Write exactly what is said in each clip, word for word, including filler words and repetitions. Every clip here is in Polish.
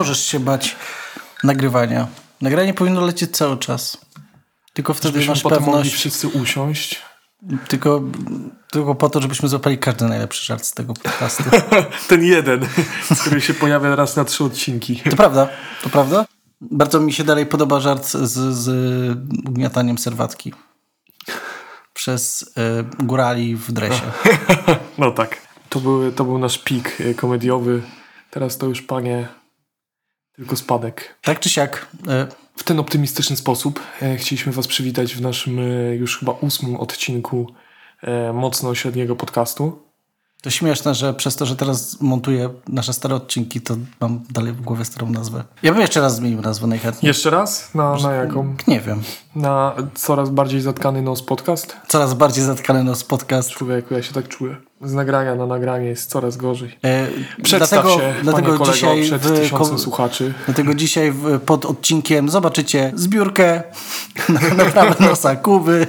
Możesz się bać nagrywania. Nagranie powinno lecieć cały czas. Tylko wtedy żebyśmy masz potem pewność... mogli wszyscy usiąść. Tylko, tylko po to, żebyśmy złapali każdy najlepszy żart z tego podcastu. Ten jeden, który się pojawia raz na trzy odcinki. To prawda, to prawda. Bardzo mi się dalej podoba żart z, z ugniataniem serwatki. Przez y, górali w dresie. No tak. To, były, to był nasz pik komediowy. Teraz to już, panie, tylko spadek. Tak czy siak. Y, w ten optymistyczny sposób e, chcieliśmy was przywitać w naszym e, już chyba ósmym odcinku e, mocno średniego podcastu. To śmieszne, że przez to, że teraz montuję nasze stare odcinki, to mam dalej w głowie starą nazwę. Ja bym jeszcze raz zmienił nazwę najchętniej. Jeszcze raz? Na, na jaką? Nie wiem. Na coraz bardziej zatkany nos podcast? Coraz bardziej zatkany nos podcast. Człowieku, ja się tak czuję. Z nagrania na nagranie jest coraz gorzej. E, Przedstaw dlatego, się, dlatego panie kolego, dzisiaj przed w, tysiącem ko- słuchaczy. Dlatego dzisiaj w, pod odcinkiem zobaczycie zbiórkę na naprawę nosa Kuby.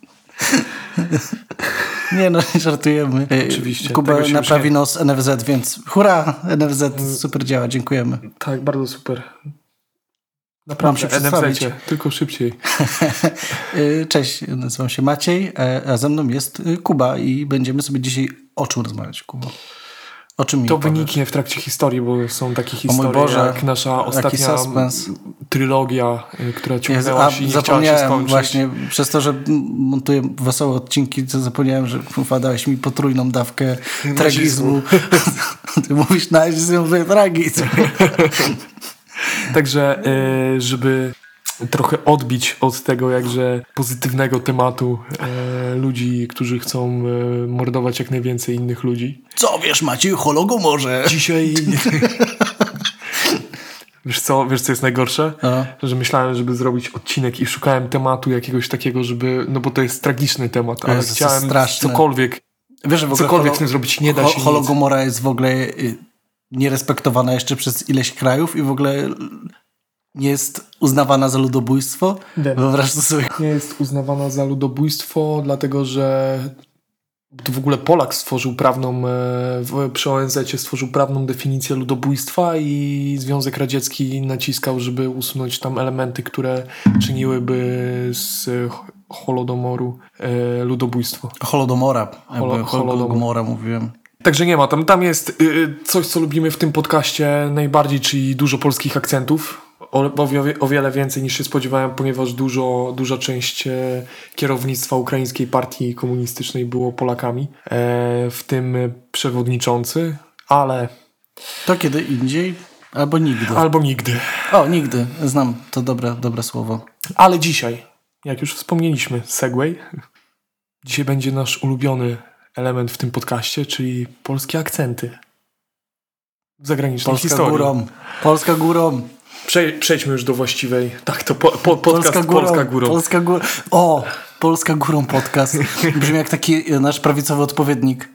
Nie no, żartujemy. Oczywiście. Kuba naprawi nie... nos N F Z, więc hurra, N F Z super działa, dziękujemy. Tak, bardzo super. Naprawdę, się przedstawić. N F Z, tylko szybciej. Cześć, nazywam się Maciej, a ze mną jest Kuba i będziemy sobie dzisiaj o czym rozmawiać, Kuba? O czym mi To powiesz? wyniknie w trakcie historii, bo są takie historie, Boże, jak nasza ostatnia trylogia, która ciągnęła się i nie chciała się skończyć. Właśnie, przez to, że montuję wesołe odcinki, to zapomniałem, że dałeś mi potrójną dawkę tragizmu. Ty mówisz nazizm, ja mówię tragizm. Także, żeby trochę odbić od tego jakże pozytywnego tematu e, ludzi, którzy chcą e, mordować jak najwięcej innych ludzi. Co wiesz, Maciej, Hologomorze? Dzisiaj... Wiesz co, wiesz co jest najgorsze? A. Że myślałem, żeby zrobić odcinek i szukałem tematu jakiegoś takiego, żeby... No bo to jest tragiczny temat, ale jest chciałem straszne. cokolwiek... Wiesz, że w ogóle cokolwiek holo- z tym zrobić nie da ho- się Hologomora nic. Jest w ogóle y, nierespektowana jeszcze przez ileś krajów i w ogóle nie jest uznawana za ludobójstwo. Wyobraź sobie. Nie jest uznawana za ludobójstwo, dlatego że to w ogóle Polak stworzył prawną, w, przy O N Z-cie stworzył prawną definicję ludobójstwa i Związek Radziecki naciskał, żeby usunąć tam elementy, które czyniłyby z Holodomoru e, ludobójstwo. Holodomora. Holo, Holodomora mówiłem. Także nie ma, tam, tam jest y, coś, co lubimy w tym podcaście najbardziej, czyli dużo polskich akcentów. O, o, o wiele więcej niż się spodziewałem, ponieważ dużo, duża część e, kierownictwa ukraińskiej partii komunistycznej było Polakami, e, w tym przewodniczący, ale... To kiedy indziej, albo nigdy. Albo nigdy. O, nigdy. Znam to dobre, dobre słowo. Ale dzisiaj, jak już wspomnieliśmy, segway, dzisiaj będzie nasz ulubiony element w tym podcaście, czyli polskie akcenty w zagranicznej Polska historii. górą. Polska górą. Prze- przejdźmy już do właściwej. Tak, to po, po, podcast Polska górą. Polska górą. Polska górą. O, Polska górą podcast. Brzmi jak taki nasz prawicowy odpowiednik.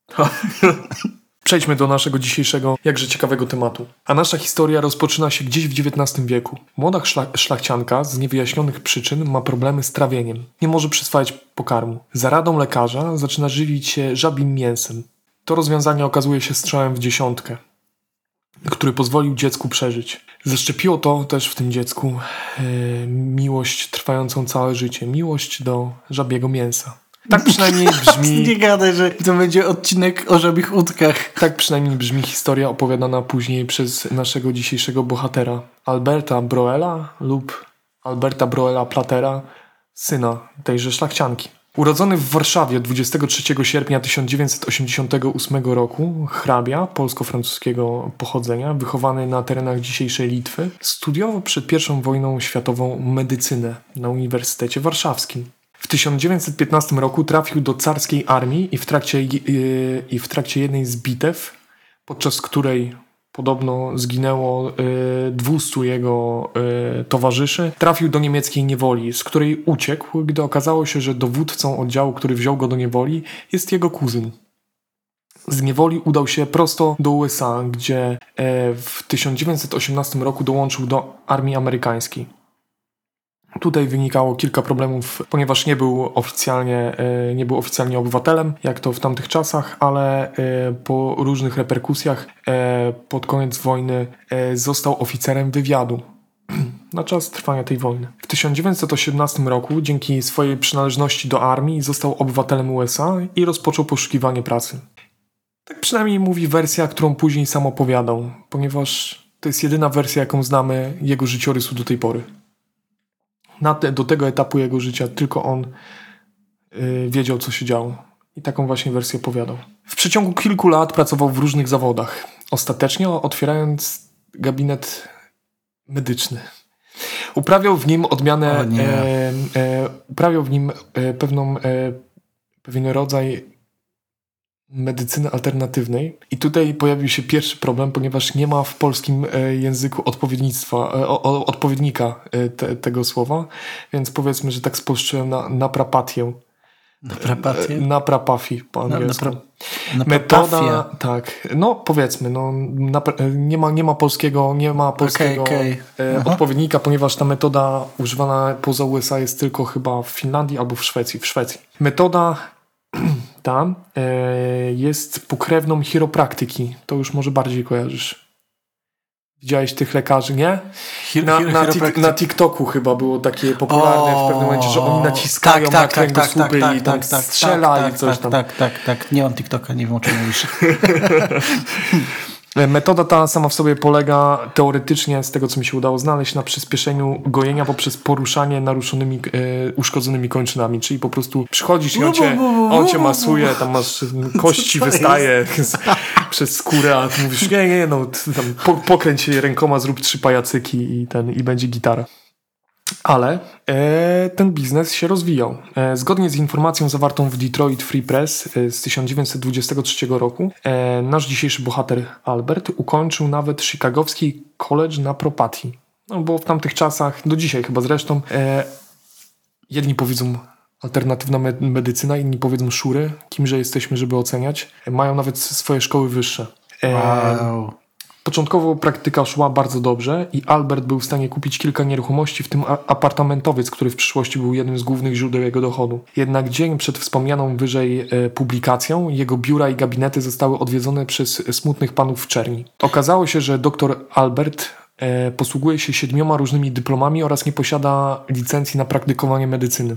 Przejdźmy do naszego dzisiejszego, jakże ciekawego tematu. A nasza historia rozpoczyna się gdzieś w dziewiętnastym wieku. Młoda szla- szlachcianka z niewyjaśnionych przyczyn ma problemy z trawieniem. Nie może przyswajać pokarmu. Za radą lekarza zaczyna żywić się żabim mięsem. To rozwiązanie okazuje się strzałem w dziesiątkę, który pozwolił dziecku przeżyć. Zaszczepiło to też w tym dziecku e, miłość trwającą całe życie. Miłość do żabiego mięsa. Tak przynajmniej brzmi... Nie gadaj, że to będzie odcinek o żabich udkach. Tak przynajmniej brzmi historia opowiadana później przez naszego dzisiejszego bohatera Alberta Broela lub Alberta Broela Platera, syna tejże szlachcianki. Urodzony w Warszawie dwudziestego trzeciego sierpnia tysiąc dziewięćset osiemdziesiątego ósmego roku, hrabia polsko-francuskiego pochodzenia, wychowany na terenach dzisiejszej Litwy, studiował przed pierwszą wojną światową medycynę na Uniwersytecie Warszawskim. W tysiąc dziewięćset piętnastym roku trafił do carskiej armii i w trakcie, yy, i w trakcie jednej z bitew, podczas której podobno zginęło y, dwustu jego y, towarzyszy, trafił do niemieckiej niewoli, z której uciekł, gdy okazało się, że dowódcą oddziału, który wziął go do niewoli, jest jego kuzyn. Z niewoli udał się prosto do U S A, gdzie y, w tysiąc dziewięćset osiemnastym roku dołączył do armii amerykańskiej. Tutaj wynikało kilka problemów, ponieważ nie był oficjalnie, nie był oficjalnie obywatelem, jak to w tamtych czasach, ale po różnych reperkusjach pod koniec wojny został oficerem wywiadu na czas trwania tej wojny. W tysiąc dziewięćset osiemnastym roku dzięki swojej przynależności do armii został obywatelem U S A i rozpoczął poszukiwanie pracy. Tak przynajmniej mówi wersja, którą później sam opowiadał, ponieważ to jest jedyna wersja, jaką znamy jego życiorysu do tej pory. Na te, do tego etapu jego życia tylko on yy, wiedział, co się działo. I taką właśnie wersję opowiadał. W przeciągu kilku lat pracował w różnych zawodach. Ostatecznie otwierając gabinet medyczny. Uprawiał w nim odmianę... E, e, uprawiał w nim e, pewną, e, pewien rodzaj medycyny alternatywnej. I tutaj pojawił się pierwszy problem, ponieważ nie ma w polskim e, języku odpowiednictwa, e, o, odpowiednika e, te, tego słowa. Więc powiedzmy, że tak spolszczyłem na naprapatię. Naprapatię? Naprapafi po angielsku. Na, napra- Metoda, tak, no powiedzmy, no, napra- nie, ma, nie ma polskiego, nie ma polskiego okay, okay. e, odpowiednika, ponieważ ta metoda używana poza U S A jest tylko chyba w Finlandii albo w Szwecji. W Szwecji. Metoda ta e, jest pokrewną chiropraktyki. To już może bardziej kojarzysz. Widziałeś tych lekarzy, nie? Na, na, tik, na TikToku chyba było takie popularne o, w pewnym momencie, że oni naciskają tak, tak, na kręgosłupy tak, tak, i tam tak, tak, strzela tak, i coś tak, tam. Tak, tak, tak. Nie mam TikToka, nie wiem o czym mówisz. Metoda ta sama w sobie polega teoretycznie, z tego co mi się udało znaleźć, na przyspieszeniu gojenia poprzez poruszanie naruszonymi, e, uszkodzonymi kończynami. Czyli po prostu przychodzisz i on cię, on cię masuje, tam masz kości wystaje z, przez skórę, a ty mówisz, nie, nie, no tam po, pokręć się rękoma, zrób trzy pajacyki i, ten, i będzie gitara. Ale e, ten biznes się rozwijał. E, zgodnie z informacją zawartą w Detroit Free Press e, z tysiąc dziewięćset dwudziestego trzeciego roku, e, nasz dzisiejszy bohater Albert ukończył nawet chicagowski college napropatii. No bo w tamtych czasach, do dzisiaj chyba zresztą, e, jedni powiedzą alternatywna me- medycyna, inni powiedzą szury, kimże jesteśmy, żeby oceniać. E, mają nawet swoje szkoły wyższe. E, wow. Początkowo praktyka szła bardzo dobrze i Albert był w stanie kupić kilka nieruchomości, w tym apartamentowiec, który w przyszłości był jednym z głównych źródeł jego dochodu. Jednak dzień przed wspomnianą wyżej e, publikacją jego biura i gabinety zostały odwiedzone przez smutnych panów w czerni. Okazało się, że dr Albert e, posługuje się siedmioma różnymi dyplomami oraz nie posiada licencji na praktykowanie medycyny.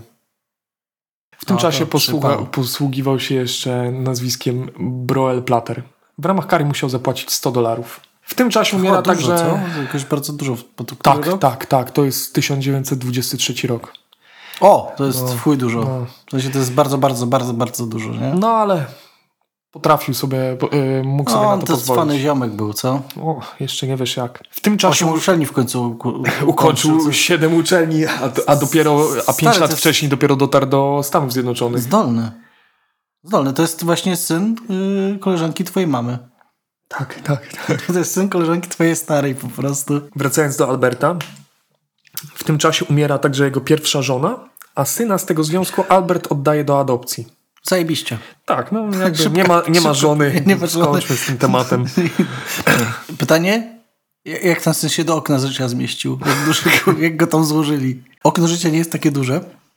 W tym o, czasie posługa, posługiwał się jeszcze nazwiskiem Broel Plater. W ramach kary musiał zapłacić sto dolarów. W tym czasie umiera dużo, także... Co? Jakoś bardzo dużo. Tak, rok? tak, tak. To jest tysiąc dziewięćset dwudziesty trzeci rok. O, to jest no, w chuj dużo. No. W sensie to jest bardzo, bardzo, bardzo, bardzo dużo, nie? No ale potrafił sobie, yy, mógł sobie no, na to, to pozwolić. Fany ziomek był, co? O, jeszcze nie wiesz jak. W tym czasie... Osiem uczelni w końcu u- ukończył siedem uczelni, a, a dopiero, a pięć lat jest... wcześniej dopiero dotarł do Stanów Zjednoczonych. Zdolny. Zdolny. To jest właśnie syn yy, koleżanki twojej mamy. Tak, tak, tak. To jest syn koleżanki twojej starej po prostu. Wracając do Alberta, w tym czasie umiera także jego pierwsza żona, a syna z tego związku Albert oddaje do adopcji. Zajebiście. Tak, no jakby szybko, nie, ma, nie ma szybko, żony, nie ma żony. Skończmy z tym tematem. Pytanie? Jak ten syn się do okna życia zmieścił? Jak, duży, jak go tam złożyli? Okno życia nie jest takie duże?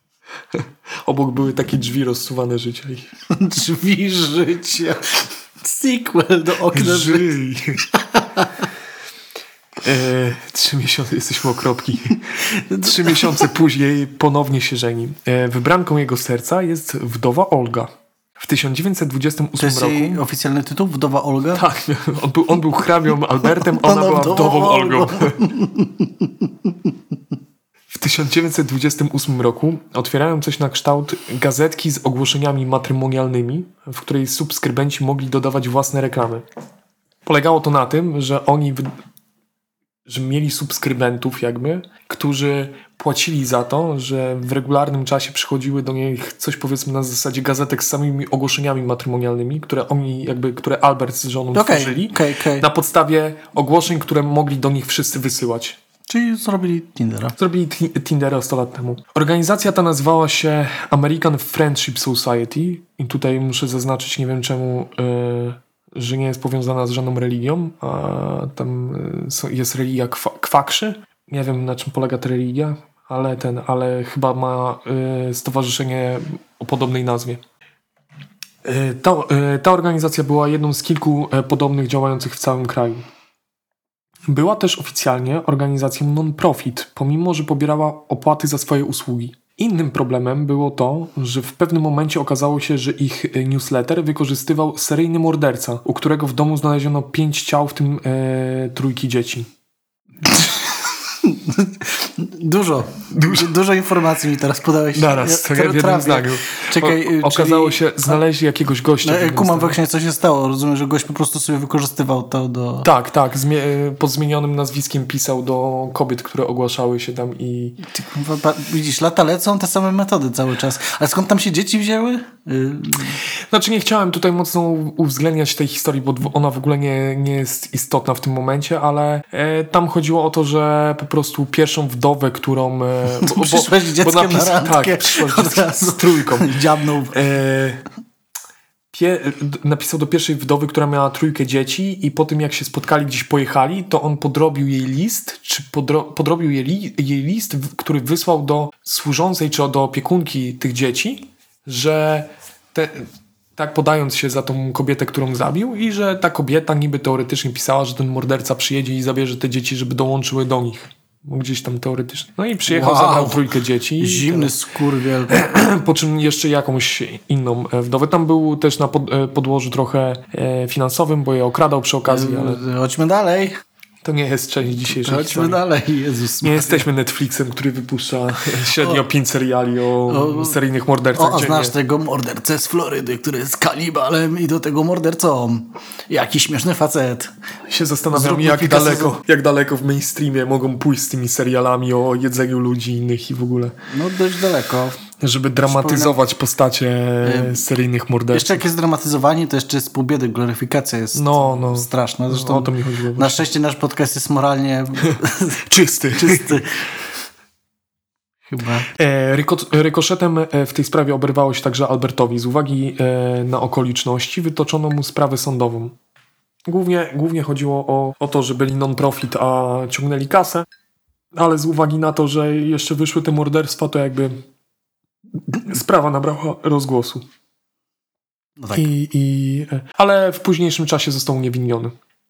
Obok były takie drzwi rozsuwane życia. Drzwi życia. Sequel do okna życia. E, trzy miesiące, jesteśmy okropki. Trzy miesiące później ponownie się żeni. E, wybranką jego serca jest wdowa Olga. W tysiąc dziewięćset dwudziestym ósmym roku... To jest jej oficjalny tytuł? Wdowa Olga? Tak, on był, on był hrabią Albertem, ona była wdową Olgą. W tysiąc dziewięćset dwudziestym ósmym roku otwierają coś na kształt gazetki z ogłoszeniami matrymonialnymi, w której subskrybenci mogli dodawać własne reklamy. Polegało to na tym, że oni... że mieli subskrybentów jakby, którzy płacili za to, że w regularnym czasie przychodziły do nich coś powiedzmy na zasadzie gazetek z samymi ogłoszeniami matrymonialnymi, które oni jakby, które Albert z żoną okay, tworzyli okay, okay. na podstawie ogłoszeń, które mogli do nich wszyscy wysyłać. Czyli zrobili Tindera. Zrobili t- Tindera sto lat temu. Organizacja ta nazywała się American Friendship Society i tutaj muszę zaznaczyć, nie wiem czemu... Yy, że nie jest powiązana z żadną religią, a tam jest religia kwa- kwakrzy. Nie wiem, na czym polega ta religia. ale ten, ale chyba ma y, stowarzyszenie o podobnej nazwie. Y, ta, y, ta organizacja była jedną z kilku y, podobnych działających w całym kraju. Była też oficjalnie organizacją non-profit, pomimo że pobierała opłaty za swoje usługi. Innym problemem było to, że w pewnym momencie okazało się, że ich newsletter wykorzystywał seryjny morderca, u którego w domu znaleziono pięć ciał, w tym e, trójki dzieci. Dużo, dużo, dużo informacji mi teraz podałeś. Naraz, tak jak w jednym zdaniu. Czekaj, o, okazało czyli... się, znaleźli jakiegoś gościa. No, kumam właśnie, co się stało. Rozumiem, że gość po prostu sobie wykorzystywał to do... Tak, tak. Zmie- pod zmienionym nazwiskiem pisał do kobiet, które ogłaszały się tam i... Ty, kurwa, widzisz, lata lecą, te same metody cały czas. Ale skąd tam się dzieci wzięły? Y... Znaczy nie chciałem tutaj mocno uwzględniać tej historii, bo ona w ogóle nie, nie jest istotna w tym momencie, ale e, tam chodziło o to, że po prostu pierwszą wdowę, którą... E, bo, przyszłaś z dzieckiem napis, na randkę. Tak, przyszłaś z, z trójką. Dziabnął. E, pie, napisał do pierwszej wdowy, która miała trójkę dzieci i po tym jak się spotkali, gdzieś pojechali, to on podrobił jej list, czy podro, podrobił jej, li, jej list, który wysłał do służącej, czy do opiekunki tych dzieci, że te, tak podając się za tą kobietę, którą zabił i że ta kobieta niby teoretycznie pisała, że ten morderca przyjedzie i zabierze te dzieci, żeby dołączyły do nich. Gdzieś tam teoretycznie. No i przyjechał, wow. Zabrał trójkę dzieci. Zimny skurwiel. Po czym jeszcze jakąś inną wdowę. Tam był też na pod, podłożu trochę finansowym, bo je okradał przy okazji. Ale... Chodźmy dalej. To nie jest część dzisiejszej Chodźmy historii. dalej, Jezus Nie Maria. Jesteśmy Netflixem, który wypuszcza średnio o, pięć seriali o, o seryjnych mordercach. O, znasz tego mordercę z Florydy, który jest kanibalem i do tego mordercą. Jaki śmieszny facet. Się zastanawiam, jak daleko, sezon... jak daleko w mainstreamie mogą pójść z tymi serialami o jedzeniu ludzi innych i w ogóle. No dość daleko. Żeby dramatyzować Przypomnę... postacie yy, seryjnych morderców. Jeszcze jak jest dramatyzowanie, to jeszcze jest pół biedy. Gloryfikacja jest no, no. straszna. Zresztą no, o to mi chodziło. Na szczęście nasz podcast jest moralnie czysty. czysty. Chyba. E, ryko- rykoszetem w tej sprawie oberwało się także Albertowi. Z uwagi e, na okoliczności wytoczono mu sprawę sądową. Głównie, głównie chodziło o, o to, że byli non-profit, a ciągnęli kasę, ale z uwagi na to, że jeszcze wyszły te morderstwa, to jakby sprawa nabrała rozgłosu. No tak. I, i, ale w późniejszym czasie został uniewinniony.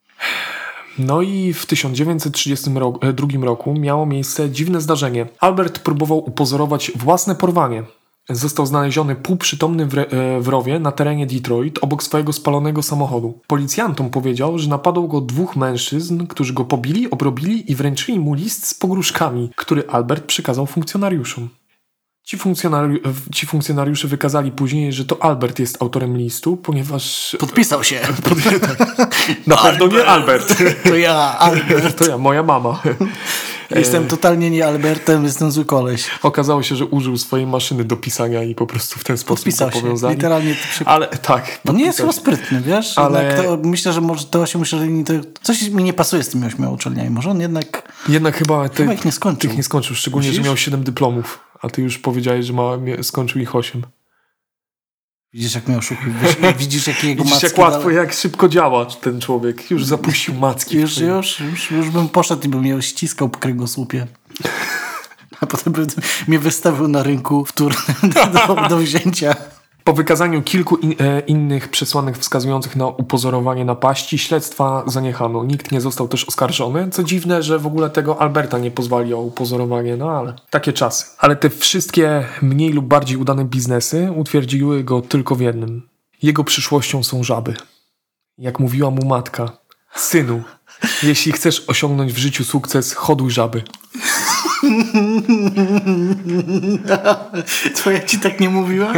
No i w tysiąc dziewięćset trzydziestym drugim roku miało miejsce dziwne zdarzenie. Albert próbował upozorować własne porwanie. Został znaleziony półprzytomny w, re, w rowie na terenie Detroit obok swojego spalonego samochodu. Policjantom powiedział, że napadło go dwóch mężczyzn, którzy go pobili, obrobili i wręczyli mu list z pogróżkami, który Albert przekazał funkcjonariuszom. Ci, funkcjonari- ci funkcjonariusze wykazali później, że to Albert jest autorem listu, ponieważ... Podpisał się. Pod... Na pewno nie Albert. To ja, Albert. To ja, moja mama. Jestem totalnie nie Albertem, jestem zły koleś. Okazało się, że użył swojej maszyny do pisania i po prostu w ten sposób podpisał to powiązali. Się, literalnie to przy... Ale tak. No nie jest chyba sprytny, wiesz? Ale... To, myślę, że może te osiem uczelni, to coś mi nie pasuje z tymi ośmioma uczelniami. Może on jednak... Jednak chyba... Te... Chyba ich nie skończył. Tych nie skończył, szczególnie, Myślisz? Że miał siedem dyplomów. A ty już powiedziałeś, że ma, skończył ich osiem. Widzisz, jak mnie oszukił. Widzisz, jak jego Widzisz, jak łatwo, jak szybko działa ten człowiek. Już zapuścił macki. Już, już, już, już bym poszedł i bym mnie ściskał po kręgosłupie. A potem by mnie wystawił na rynku wtórnym do, do wzięcia. Po wykazaniu kilku in, e, innych przesłanek wskazujących na upozorowanie napaści, śledztwa zaniechano. Nikt nie został też oskarżony. Co dziwne, że w ogóle tego Alberta nie pozwali o upozorowanie, no ale takie czasy. Ale te wszystkie mniej lub bardziej udane biznesy utwierdziły go tylko w jednym. Jego przyszłością są żaby. Jak mówiła mu matka, synu, jeśli chcesz osiągnąć w życiu sukces, hoduj żaby. Twoja ci tak nie mówiła?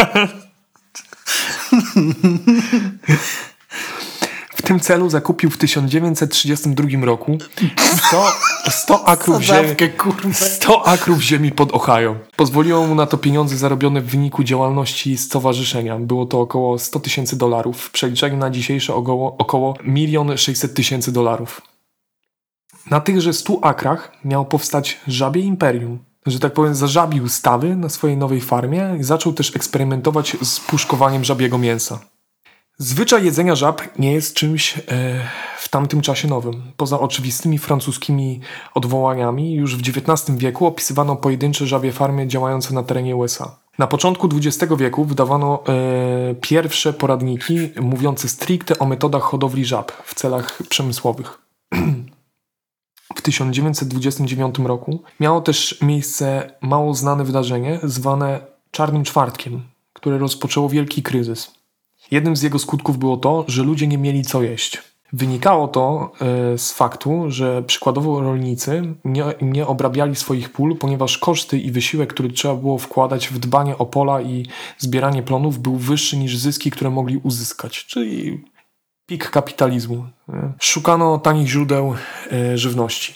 W tym celu zakupił w tysiąc dziewięćset trzydziestym drugim roku sto, sto, akrów, ziemi, sto akrów ziemi pod Ohio. Pozwoliło mu na to pieniądze zarobione w wyniku działalności stowarzyszenia. Było to około sto tysięcy dolarów. W przeliczeniu na dzisiejsze około, około milion sześćset tysięcy dolarów. Na tychże stu akrach miało powstać żabie imperium. Że tak powiem, zażabił stawy na swojej nowej farmie i zaczął też eksperymentować z puszkowaniem żabiego mięsa. Zwyczaj jedzenia żab nie jest czymś e, w tamtym czasie nowym. Poza oczywistymi francuskimi odwołaniami, już w dziewiętnastym wieku opisywano pojedyncze żabie farmy działające na terenie U S A. Na początku dwudziestego wieku wydawano e, pierwsze poradniki mówiące stricte o metodach hodowli żab w celach przemysłowych. W tysiąc dziewięćset dwudziestym dziewiątym roku miało też miejsce mało znane wydarzenie zwane Czarnym Czwartkiem, które rozpoczęło wielki kryzys. Jednym z jego skutków było to, że ludzie nie mieli co jeść. Wynikało to y, z faktu, że przykładowo rolnicy nie, nie obrabiali swoich pól, ponieważ koszty i wysiłek, który trzeba było wkładać w dbanie o pola i zbieranie plonów był wyższy niż zyski, które mogli uzyskać, czyli pik kapitalizmu. Y. Szukano tanich źródeł y, żywności.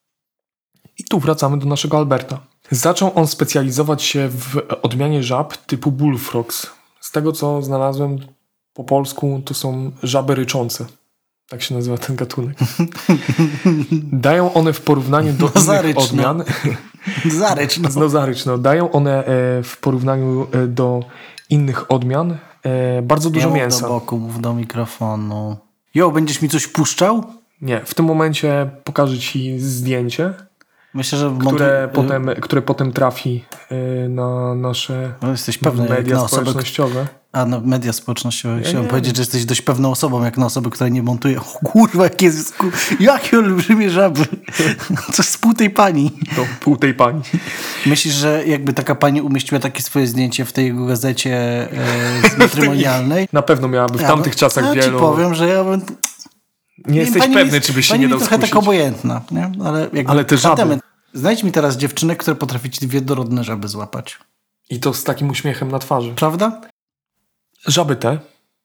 I tu wracamy do naszego Alberta. Zaczął on specjalizować się w odmianie żab typu bullfrogs. Z tego, co znalazłem po polsku, to są żaby ryczące. Tak się nazywa ten gatunek. Dają one w porównaniu do no, innych zaryczno. odmian... Zaryczno. No zaryczno. Dają one w porównaniu do innych odmian bardzo dużo ja mięsa. do boku, mów do mikrofonu. Jo, będziesz mi coś puszczał? Nie, w tym momencie pokażę ci zdjęcie. Myślę, że które, montu... potem, które potem trafi y, na nasze no, jesteś pewny, media na osobę, społecznościowe. A na media społecznościowe. Ja Chciałem nie. powiedzieć, że jesteś dość pewną osobą, jak na osobę, która nie montuje. O kurwa, jakie, jest, jakie olbrzymie żaby. Coś z pół tej pani. To pół tej pani. Myślisz, że jakby taka pani umieściła takie swoje zdjęcie w tej jego gazecie e, matrymonialnej? Na pewno miałaby w ja tamtych bym, czasach ja wielu... ci powiem, że ja bym... Nie jesteś pani pewny, jest, czy byś się pani nie mi dał trochę skusić. tak obojętna. Nie? Ale, jakby Ale te żaby... Temat. Znajdź mi teraz dziewczynę, która potrafi ci dwie dorodne żaby złapać. I to z takim uśmiechem na twarzy. Prawda? Żaby te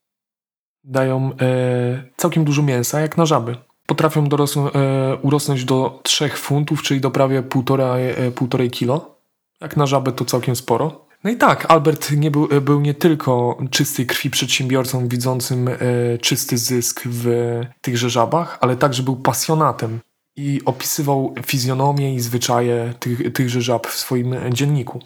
dają e, całkiem dużo mięsa, jak na żaby. Potrafią dorosną, e, urosnąć do trzech funtów, czyli do prawie półtora, e, półtorej kilo. Jak na żabę to całkiem sporo. No i tak, Albert nie był, był nie tylko czystej krwi przedsiębiorcą widzącym e, czysty zysk w tychże żabach, ale także był pasjonatem i opisywał fizjonomię i zwyczaje tych, tychże żab w swoim dzienniku.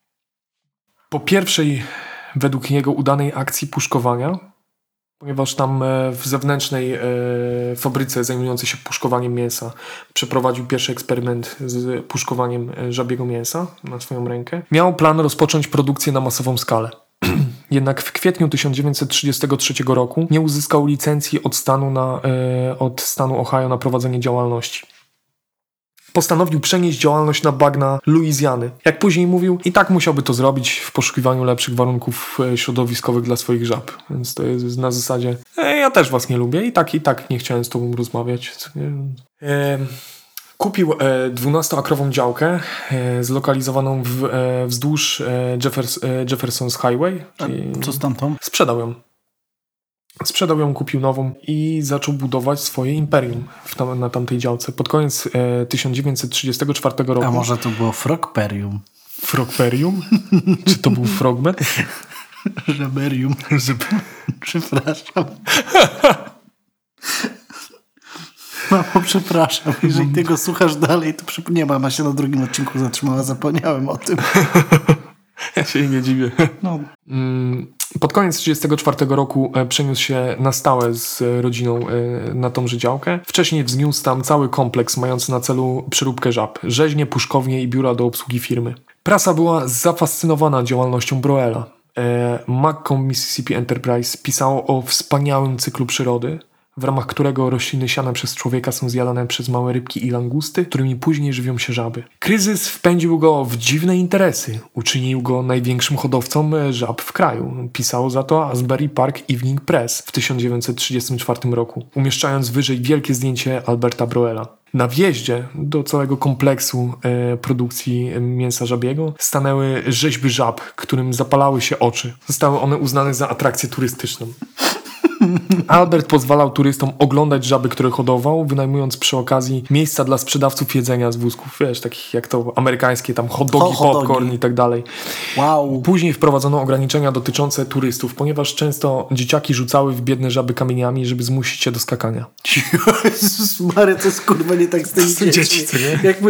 Po pierwszej, według niego, udanej akcji puszkowania, ponieważ tam w zewnętrznej e, fabryce zajmującej się puszkowaniem mięsa przeprowadził pierwszy eksperyment z puszkowaniem żabiego mięsa na swoją rękę, miał plan rozpocząć produkcję na masową skalę. Jednak w kwietniu tysiąc dziewięćset trzydziestego trzeciego roku nie uzyskał licencji od stanu, na, e, od stanu Ohio na prowadzenie działalności. Postanowił przenieść działalność na bagna Luizjany. Jak później mówił, i tak musiałby to zrobić w poszukiwaniu lepszych warunków środowiskowych dla swoich żab. Więc to jest na zasadzie, e, ja też was nie lubię i tak i tak nie chciałem z tobą rozmawiać. E, kupił e, dwunastoakrową działkę e, zlokalizowaną w, e, wzdłuż e, Jeffers, e, Jefferson's Highway. Czyli co z tamtą? Sprzedał ją. Sprzedał ją, kupił nową i zaczął budować swoje imperium w tam, na tamtej działce. Pod koniec e, tysiąc dziewięćset trzydziestego czwartego roku... A może to było Frogperium? Frogperium? Czy to był Frogman? Żeberium. Żeby... Przepraszam. Mamo, przepraszam. Jeżeli tego słuchasz dalej, to przyp... nie, mama się na drugim odcinku zatrzymała. Zapomniałem o tym. Ja się jej nie dziwię. No. Pod koniec trzydziestego czwartego roku przeniósł się na stałe z rodziną na tąże działkę. Wcześniej wzniósł tam cały kompleks mający na celu przeróbkę żab, rzeźnie, puszkownie i biura do obsługi firmy. Prasa była zafascynowana działalnością Broela. Macomb Mississippi Enterprise pisało o wspaniałym cyklu przyrody, w ramach którego rośliny siane przez człowieka są zjadane przez małe rybki i langusty, którymi później żywią się żaby. Kryzys wpędził go w dziwne interesy. Uczynił go największym hodowcą żab w kraju. Pisało za to Asbury Park Evening Press w tysiąc dziewięćset trzydziestym czwartym roku, umieszczając wyżej wielkie zdjęcie Alberta Broela. Na wjeździe do całego kompleksu e, produkcji mięsa żabiego stanęły rzeźby żab, którym zapalały się oczy. Zostały one uznane za atrakcję turystyczną. Albert pozwalał turystom oglądać żaby, które hodował, wynajmując przy okazji miejsca dla sprzedawców jedzenia z wózków, wiesz, takich jak to amerykańskie, tam hot dogi, hot dogi. popcorn i tak dalej. Wow. Później wprowadzono ograniczenia dotyczące turystów, ponieważ często dzieciaki rzucały w biedne żaby kamieniami, żeby zmusić je do skakania. Jezus Maria, to jest kurwa nie tak z tymi dziećmi. Dzieci, co nie? Jakby...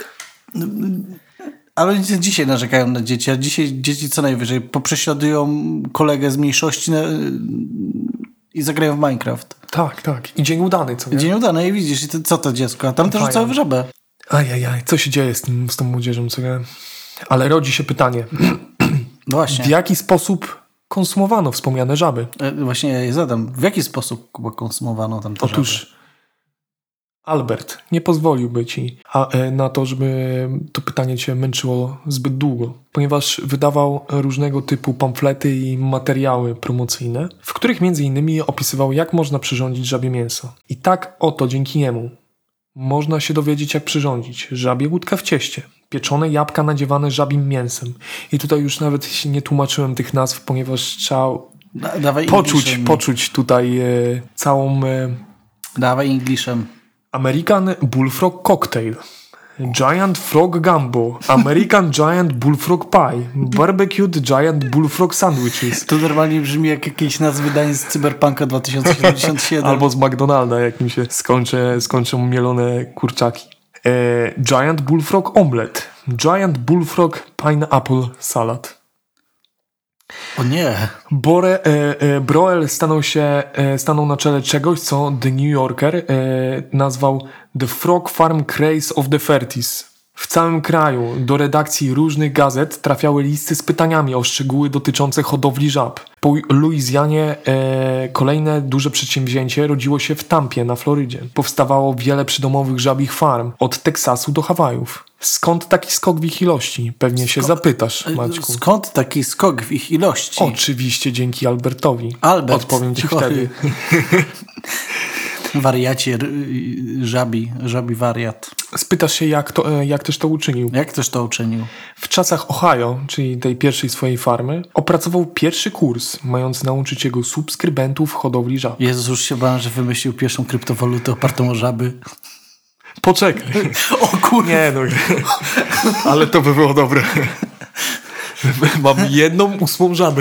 Ale oni dzisiaj narzekają na dzieci, a dzisiaj dzieci co najwyżej poprześladują kolegę z mniejszości na... i zagrają w Minecraft. Tak, tak. I dzień udany, co nie? I dzień udany i widzisz, i ty, co to dziecko? A tam też rzucały w żabę. Ajajaj, co się dzieje z, tym, z tą młodzieżą, co nie? Ale rodzi się pytanie. No właśnie. W jaki sposób konsumowano wspomniane żaby? E, właśnie ja je zadam. W jaki sposób Kuba, konsumowano tam te Otóż żaby? Albert nie pozwoliłby ci a, e, na to, żeby to pytanie cię męczyło zbyt długo, ponieważ wydawał różnego typu pamflety i materiały promocyjne, w których między innymi opisywał, jak można przyrządzić żabie mięso. I tak oto dzięki niemu można się dowiedzieć, jak przyrządzić żabie łódka w cieście, pieczone jabłka nadziewane żabim mięsem. I tutaj już nawet się nie tłumaczyłem tych nazw, ponieważ trzeba Da, dawaj poczuć, Englishem. poczuć tutaj e, całą e, Dawaj Englishem. American Bullfrog Cocktail, Giant Frog Gumbo, American Giant Bullfrog Pie, Barbecued Giant Bullfrog Sandwiches. To normalnie brzmi jak jakieś nazwy dań z Cyberpunka dwa tysiące siedemdziesiąt siedem. Albo z McDonalda, jak mi się skończy, skończą mielone kurczaki. E, Giant Bullfrog Omelette, Giant Bullfrog Pineapple Salad. O nie. Bore, e, e, Broel stanął się, e, stanął na czele czegoś, co The New Yorker e, nazwał The Frog Farm Craze of the thirties. W całym kraju do redakcji różnych gazet trafiały listy z pytaniami o szczegóły dotyczące hodowli żab. Po Luizjanie e, kolejne duże przedsięwzięcie rodziło się w Tampie na Florydzie. Powstawało wiele przydomowych żabich farm, od Teksasu do Hawajów. Skąd taki skok w ich ilości? Pewnie się Skąd- zapytasz, Maćku. Skąd taki skok w ich ilości? Oczywiście dzięki Albertowi. Albert. Odpowiem ci Oj. wtedy. Wariacie, r- żabi, żabi wariat. Spytasz się, jak, to, e, jak też to uczynił. Jak ktoś to uczynił? W czasach Ohio, czyli tej pierwszej swojej farmy, opracował pierwszy kurs, mający nauczyć jego subskrybentów hodowli żab. Jezus, już się bałem, że wymyślił pierwszą kryptowalutę opartą o żaby. Poczekaj. O kurwa. Nie no, ale to by było dobre. Mam jedną ósmą żaby.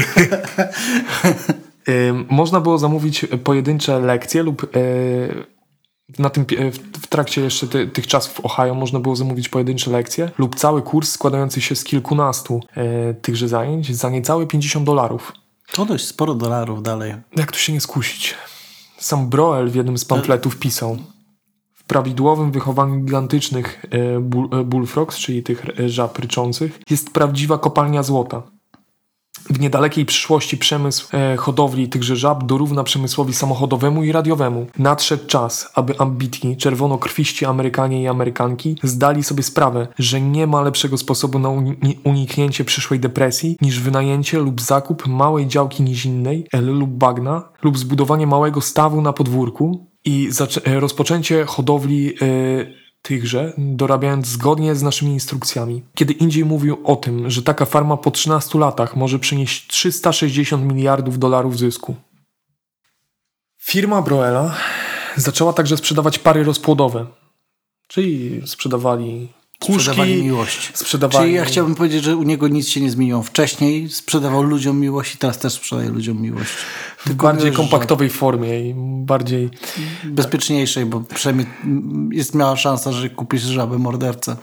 Ym, Można było zamówić pojedyncze lekcje lub yy, na tym, pi- w, w trakcie jeszcze ty, tych czasów w Ohio można było zamówić pojedyncze lekcje lub cały kurs składający się z kilkunastu yy, tychże zajęć za niecałe pięćdziesiąt dolarów. To dość sporo dolarów dalej. Jak tu się nie skusić? Sam Broel w jednym z pamfletów pisał: w prawidłowym wychowaniu gigantycznych e, bull, e, bullfrogs, czyli tych e, żab ryczących, jest prawdziwa kopalnia złota. W niedalekiej przyszłości przemysł e, hodowli tychże żab dorówna przemysłowi samochodowemu i radiowemu. Nadszedł czas, aby ambitni, czerwonokrwiści Amerykanie i Amerykanki zdali sobie sprawę, że nie ma lepszego sposobu na uni- uniknięcie przyszłej depresji niż wynajęcie lub zakup małej działki nizinnej L lub bagna lub zbudowanie małego stawu na podwórku i zaczę- e, rozpoczęcie hodowli e, tychże, dorabiając zgodnie z naszymi instrukcjami. Kiedy indziej mówił o tym, że taka farma po trzynastu latach może przynieść trzysta sześćdziesiąt miliardów dolarów zysku. Firma Broela zaczęła także sprzedawać pary rozpłodowe, czyli sprzedawali kuszki, Sprzedawali miłość. sprzedawali... Czyli ja chciałbym powiedzieć, że u niego nic się nie zmieniło. Wcześniej sprzedawał ludziom miłość i teraz też sprzedaje ludziom miłość. w Tylko bardziej wiesz, kompaktowej formie i bardziej... że bezpieczniejszej, bo przynajmniej jest miała szansa, że kupisz żabę mordercę.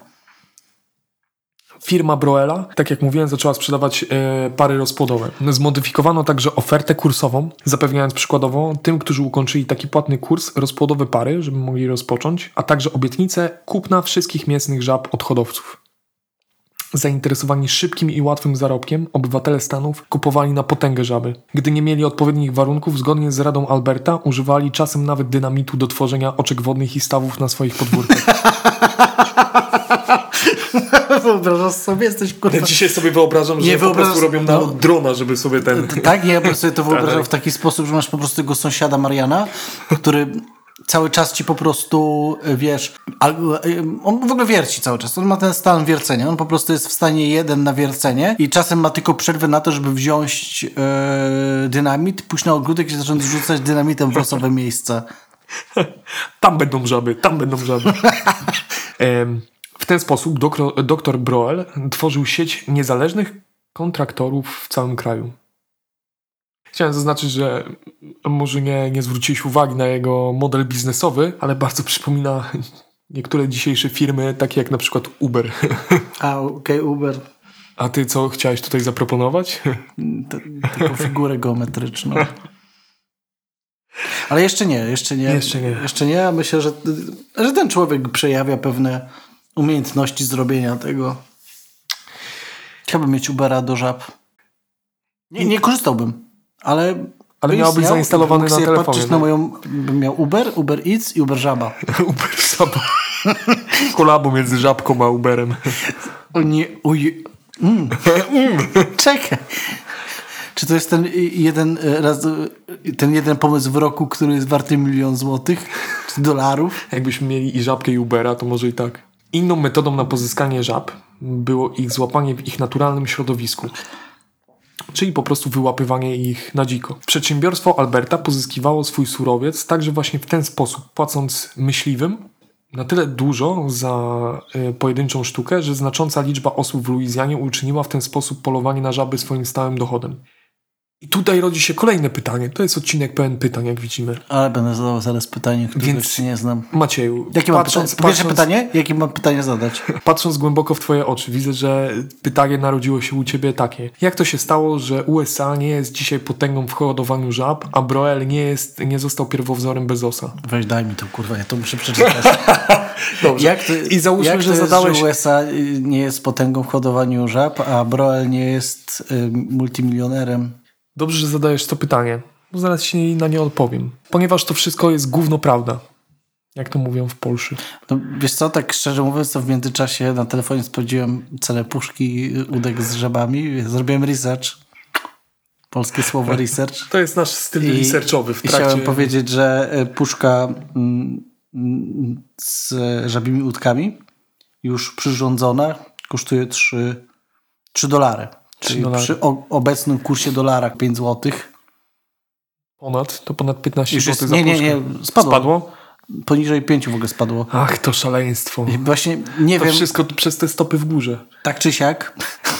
Firma Broela, tak jak mówiłem, zaczęła sprzedawać e, pary rozpłodowe. Zmodyfikowano także ofertę kursową, zapewniając przykładowo tym, którzy ukończyli taki płatny kurs, rozpłodowe pary, żeby mogli rozpocząć, a także obietnicę kupna wszystkich mięsnych żab od hodowców. Zainteresowani szybkim i łatwym zarobkiem, obywatele Stanów kupowali na potęgę żaby. Gdy nie mieli odpowiednich warunków, zgodnie z radą Alberta, używali czasem nawet dynamitu do tworzenia oczek wodnych i stawów na swoich podwórkach. Wyobrażasz sobie? Jesteś kurwa... Ja dzisiaj sobie wyobrażam, że Nie po prostu wyobrażasz- robią na no. drona, żeby sobie ten... Tak, ja bym sobie to wyobrażał Tak. w taki sposób, że masz po prostu tego sąsiada Mariana, który cały czas ci po prostu, wiesz, al- on w ogóle wierci cały czas. On ma ten stan wiercenia. On po prostu jest w stanie jeden na wiercenie i czasem ma tylko przerwę na to, żeby wziąć e, dynamit, pójść na ogródek i zacząć rzucać dynamitem w losowe miejsca. Tam będą żaby, tam będą żaby. Em, w ten sposób doktor, doktor Broel tworzył sieć niezależnych kontraktorów w całym kraju. Chciałem zaznaczyć, że może nie, nie zwróciłeś uwagi na jego model biznesowy, ale bardzo przypomina niektóre dzisiejsze firmy, takie jak na przykład Uber. A, okej, okay, Uber. A ty co chciałeś tutaj zaproponować? T- taką figurę geometryczną. Ale jeszcze nie, jeszcze nie. Jeszcze nie. Jeszcze nie. Ja myślę, że, że ten człowiek przejawia pewne umiejętności zrobienia tego. Chciałbym mieć Ubera do żab. Nie, nie korzystałbym, ale... Ale miał być zainstalowany na telefonie. Patrzeć na moją... Bym miał Uber, Uber Eats i Uber Żaba. Uber Żaba. Kolabo między żabką a Uberem. O nie... Uj... Mm. Czekaj. Czy to jest ten jeden raz, ten jeden pomysł w roku, który jest warty milion złotych? Czy dolarów? Jakbyśmy mieli i żabkę i Ubera, to może i tak. Inną metodą na pozyskanie żab było ich złapanie w ich naturalnym środowisku. Czyli po prostu wyłapywanie ich na dziko. Przedsiębiorstwo Alberta pozyskiwało swój surowiec także właśnie w ten sposób, płacąc myśliwym na tyle dużo za y, pojedynczą sztukę, że znacząca liczba osób w Luizjanie uczyniła w ten sposób polowanie na żaby swoim stałym dochodem. I tutaj rodzi się kolejne pytanie. To jest odcinek pełen pytań, jak widzimy. Ale będę zadawał zaraz pytanie, którego Więc jeszcze nie znam. Macieju, Jakie mam patrząc, pytanie? Pierwsze patrząc, pytanie? Jakie mam pytanie zadać? patrząc głęboko w twoje oczy, widzę, że pytanie narodziło się u ciebie takie. Jak to się stało, że U S A nie jest dzisiaj potęgą w hodowaniu żab, a Broel nie, jest, nie został pierwowzorem Bezosa? Weź daj mi to, kurwa, ja to muszę przeczytać. Dobrze. Jak to, I załóżmy, jak to że jest, zadałeś... że U S A nie jest potęgą w hodowaniu żab, a Broel nie jest y, multimilionerem? Dobrze, że zadajesz to pytanie, bo zaraz ci na nie odpowiem. Ponieważ to wszystko jest gówno prawda. Jak to mówią w Polsce. No, wiesz co, tak szczerze mówiąc, to w międzyczasie na telefonie sprawdziłem cele puszki udek z żabami. Zrobiłem research. Polskie słowo research. To jest nasz styl I, researchowy w i trakcie... chciałem powiedzieć, że puszka mm, mm, z żabimi udkami już przyrządzona kosztuje trzy dolary. Czyli dolary. przy o, obecnym kursie dolara pięć złotych. Ponad? To ponad piętnaście Już złotych jest, za nie, nie, puszkę. nie, spadło. Spadło? Poniżej pięciu w ogóle spadło. Ach, to szaleństwo. I właśnie nie To wiem. wszystko przez te stopy w górze. Tak czy siak.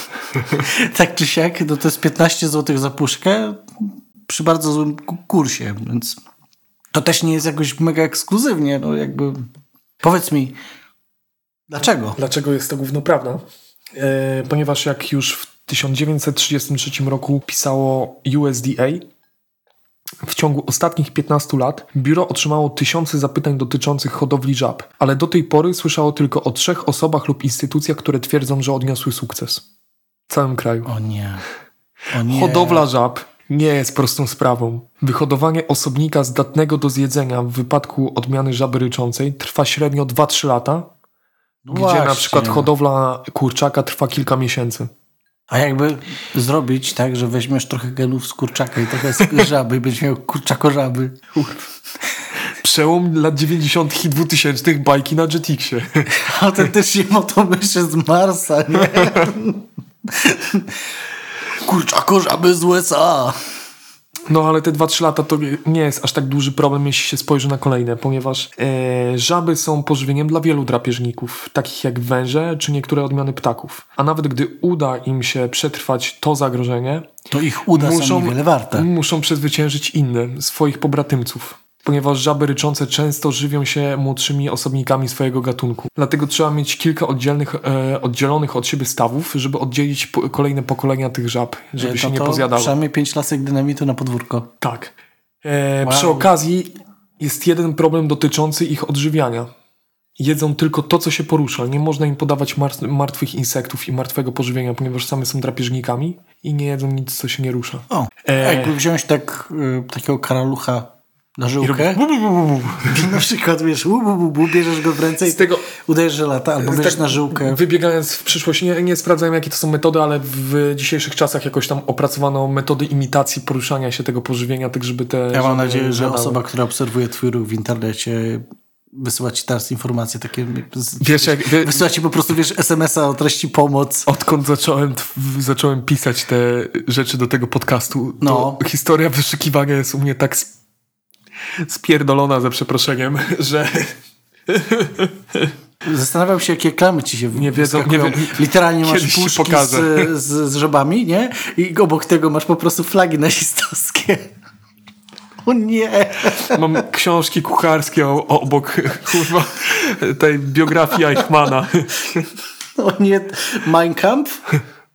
tak czy siak, no to jest piętnaście złotych za puszkę przy bardzo złym kursie, więc to też nie jest jakoś mega ekskluzywnie. No jakby. Powiedz mi, dlaczego? Dlaczego jest to gówno prawda? E, ponieważ jak już w tysiąc dziewięćset trzydziestym trzecim roku pisało U S D A, w ciągu ostatnich piętnastu lat biuro otrzymało tysiące zapytań dotyczących hodowli żab, ale do tej pory słyszało tylko o trzech osobach lub instytucjach, które twierdzą, że odniosły sukces. W całym kraju. O nie. O nie. Hodowla żab nie jest prostą sprawą. Wyhodowanie osobnika zdatnego do zjedzenia w wypadku odmiany żaby ryczącej trwa średnio dwa trzy lata, No gdzie właśnie. na przykład hodowla kurczaka trwa kilka miesięcy. A jakby zrobić tak, że weźmiesz trochę genów z kurczaka i trochę z żaby i będziesz miał kurczako-żaby. Przełom lat dziewięćdziesiątych i dwutysięcznych bajki na Jetixie. Autentycznie motomyszy z Marsa, nie? Kurczako-żaby z U S A. No ale te dwa trzy lata to nie jest aż tak duży problem, jeśli się spojrzy na kolejne, ponieważ e, żaby są pożywieniem dla wielu drapieżników, takich jak węże czy niektóre odmiany ptaków. A nawet gdy uda im się przetrwać to zagrożenie, To ich uda muszą, są niewiele warte. muszą przezwyciężyć inne, swoich pobratymców. Ponieważ żaby ryczące często żywią się młodszymi osobnikami swojego gatunku. Dlatego trzeba mieć kilka oddzielnych, e, oddzielonych od siebie stawów, żeby oddzielić po, kolejne pokolenia tych żab, żeby No się nie to pozjadały. przynajmniej pięć lasek dynamitu na podwórko. Tak. E, Wow. Przy okazji jest jeden problem dotyczący ich odżywiania. Jedzą tylko to, co się porusza. Nie można im podawać mar- martwych insektów i martwego pożywienia, ponieważ same są drapieżnikami i nie jedzą nic, co się nie rusza. O, E. jakby wziąć tak y, takiego karalucha na I żyłkę. Na przykład, wiesz, u, bu, bu, bu, bierzesz go w ręce Z i tego- udajesz, że lata, albo bierzesz tak na żyłkę. Wybiegając w przyszłość, nie, nie sprawdzałem, jakie to są metody, ale w dzisiejszych czasach jakoś tam opracowano metody imitacji poruszania się tego pożywienia, tak żeby te... Ja mam żaby nadzieję, że zjadały. osoba, która obserwuje twój ruch w internecie, wysyła ci teraz informacje takie... z- Wiesz, jak... Wie, Wysyła ci po prostu, wiesz, es em es a o treści pomoc. Odkąd zacząłem, w- zacząłem pisać te rzeczy do tego podcastu, No. to historia wyszukiwania jest u mnie tak sp- spierdolona, za przeproszeniem, że Zastanawiam się, jakie klamy ci się Nie wiedzą- nie wyskakują. wie- Literalnie masz Kiedyś ci puszki pokażę. z, z, z żabami, nie? I obok tego masz po prostu flagi nazistowskie. O nie! mam książki kucharskie o, o, obok kurwa, tej biografii Eichmana. O nie, Mein Kampf.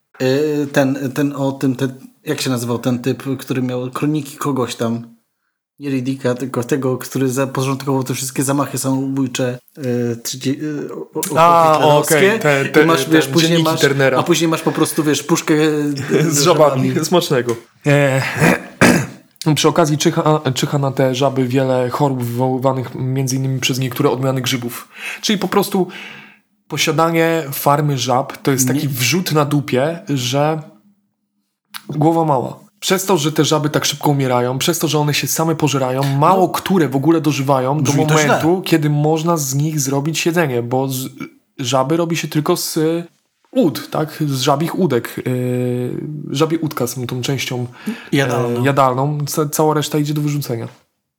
Y, Ten, ten o tym, ten, jak się nazywał ten typ, który miał kroniki kogoś tam. Nie Riddicka, tylko tego, który zaporządkował te wszystkie zamachy samobójcze yy, trzydzie- yy, o, o, A, hitlerowskie. okej, te- te- I masz, te wiesz, później dzienniki masz, Turnera. a później masz po prostu, wiesz, puszkę yy, Z żabami. Smacznego. E, przy okazji czyha, czyha na te żaby wiele chorób wywoływanych między innymi przez niektóre odmiany grzybów. Czyli po prostu posiadanie farmy żab to jest taki Nie. wrzut na dupie, że głowa mała. Przez to, że te żaby tak szybko umierają, przez to, że one się same pożerają, mało No. które w ogóle dożywają do Brzmi to momentu, źle. kiedy można z nich zrobić jedzenie, bo z żaby robi się tylko z y, ud, tak? Z żabich udek. Yy, żabie udka są tą częścią Jadalną. e, jadalną. Ca- cała reszta idzie do wyrzucenia.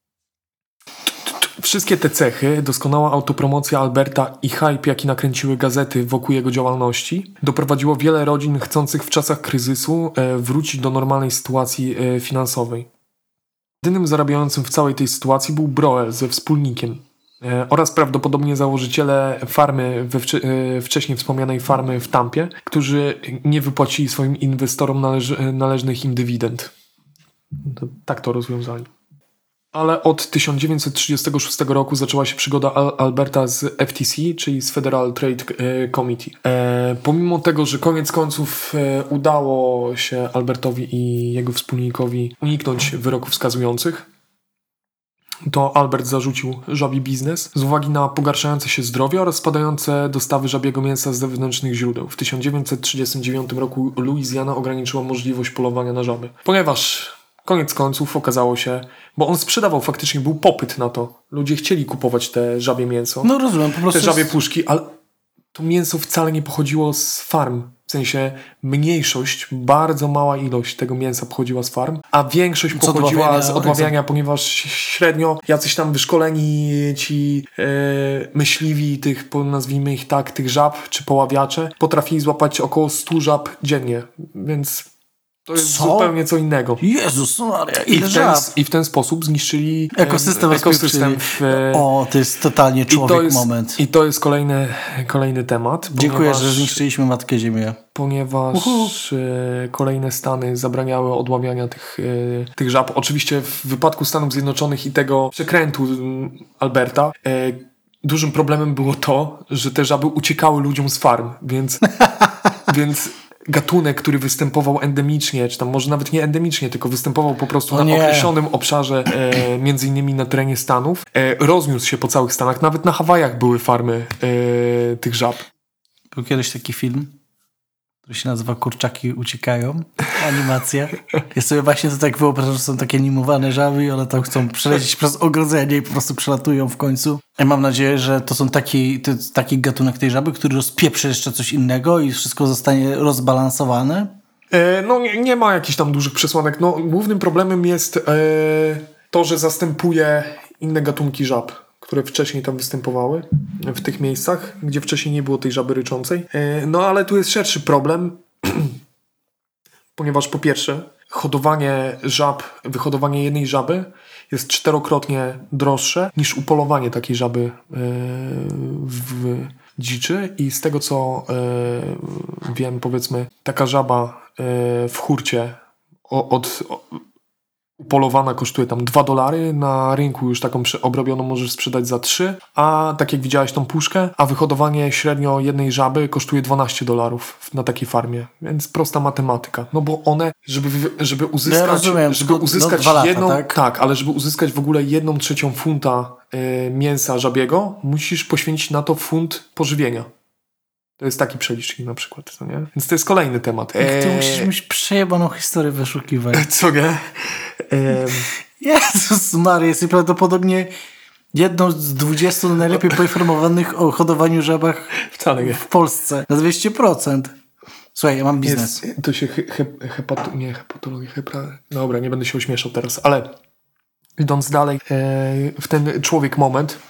Wszystkie te cechy, doskonała autopromocja Alberta i hype, jaki nakręciły gazety wokół jego działalności, doprowadziło wiele rodzin chcących w czasach kryzysu e, wrócić do normalnej sytuacji e, finansowej. Jedynym zarabiającym w całej tej sytuacji był Broel ze wspólnikiem e, oraz prawdopodobnie założyciele farmy, we wcze- e, wcześniej wspomnianej farmy w Tampie, którzy nie wypłacili swoim inwestorom należ- należnych im dywidend. To, tak to rozwiązali. Ale od tysiąc dziewięćset trzydziestego szóstego roku zaczęła się przygoda Al- Alberta z F T C, czyli z Federal Trade e, Committee. E, pomimo tego, że koniec końców e, udało się Albertowi i jego wspólnikowi uniknąć wyroków skazujących, to Albert zarzucił żabi biznes z uwagi na pogarszające się zdrowie oraz spadające dostawy żabiego mięsa z zewnętrznych źródeł. W tysiąc dziewięćset trzydziestym dziewiątym roku Louisiana ograniczyła możliwość polowania na żaby. Ponieważ koniec końców okazało się, bo on sprzedawał, faktycznie był popyt na to. Ludzie chcieli kupować te żabie mięso, No rozumiem, po prostu te żabie jest- puszki, ale to mięso wcale nie pochodziło z farm. W sensie mniejszość, bardzo mała ilość tego mięsa pochodziła z farm, a większość Z pochodziła odławiania, z odławiania, ponieważ średnio jacyś tam wyszkoleni ci e, myśliwi, tych, po- nazwijmy ich tak, tych żab czy poławiacze, potrafili złapać około stu żab dziennie, więc to jest Co? zupełnie co innego. Jezus Maria, I ile w, ten, żab. I w ten sposób zniszczyli e, Ekosystem, ekosystem w, e, O, to jest totalnie i człowiek to jest, moment. I to jest kolejny, kolejny temat. Dziękuję, ponieważ- że zniszczyliśmy Matkę Ziemię. Ponieważ Uhu. e, kolejne stany zabraniały odławiania tych, e, tych żab. Oczywiście w wypadku Stanów Zjednoczonych i tego przekrętu m, Alberta e, dużym problemem było to, że te żaby uciekały ludziom z farm, więc, więc gatunek, który występował endemicznie, czy tam może nawet nie endemicznie, tylko występował po prostu O na nie. określonym obszarze, e, między innymi na terenie Stanów, e, rozniósł się po całych Stanach. Nawet na Hawajach były farmy e, tych żab. Był kiedyś taki film, który się nazywa Kurczaki uciekają. Animacja. Ja sobie właśnie to tak wyobrażam, że są takie animowane żaby i one tam chcą przelecieć przez ogrodzenie i po prostu przelatują w końcu. Ja mam nadzieję, że to są taki, to jest taki gatunek tej żaby, który rozpieprzy jeszcze coś innego i wszystko zostanie rozbalansowane. E, no nie, nie ma jakichś tam dużych przesłanek. No, głównym problemem jest e, to, że zastępuje inne gatunki żab, które wcześniej tam występowały w tych miejscach, gdzie wcześniej nie było tej żaby ryczącej. E, no ale tu jest szerszy problem, ponieważ po pierwsze hodowanie żab, wyhodowanie jednej żaby jest czterokrotnie droższe niż upolowanie takiej żaby e, w dziczy i z tego co e, wiem, powiedzmy, taka żaba e, w hurcie o, od o, upolowana kosztuje tam dwa dolary, na rynku już taką przy- obrobioną możesz sprzedać za trzy, a tak jak widziałeś tą puszkę, a wyhodowanie średnio jednej żaby kosztuje dwanaście dolarów na takiej farmie, więc prosta matematyka, no bo one, żeby, wy- żeby uzyskać, Ja rozumiem, żeby no, uzyskać dwa lata, jedną, tak? tak, ale żeby uzyskać w ogóle jedną trzecią funta y, mięsa żabiego, musisz poświęcić na to funt pożywienia. To jest taki przelicznik na przykład, co nie? Więc to jest kolejny temat. Jak ty Eee, musisz mieć przejebaną historię wyszukiwań. Co nie? Ehm, Jezus Maria, jesteś prawdopodobnie jedną z dwudziestu najlepiej poinformowanych o hodowaniu żabach Wcale nie. w Polsce. Na dwieście procent. Słuchaj, ja mam biznes. Jest, to się he, he, hepato, nie hepatologia, hepra... Dobra, nie będę się ośmieszał teraz, ale idąc dalej, e, w ten człowiek moment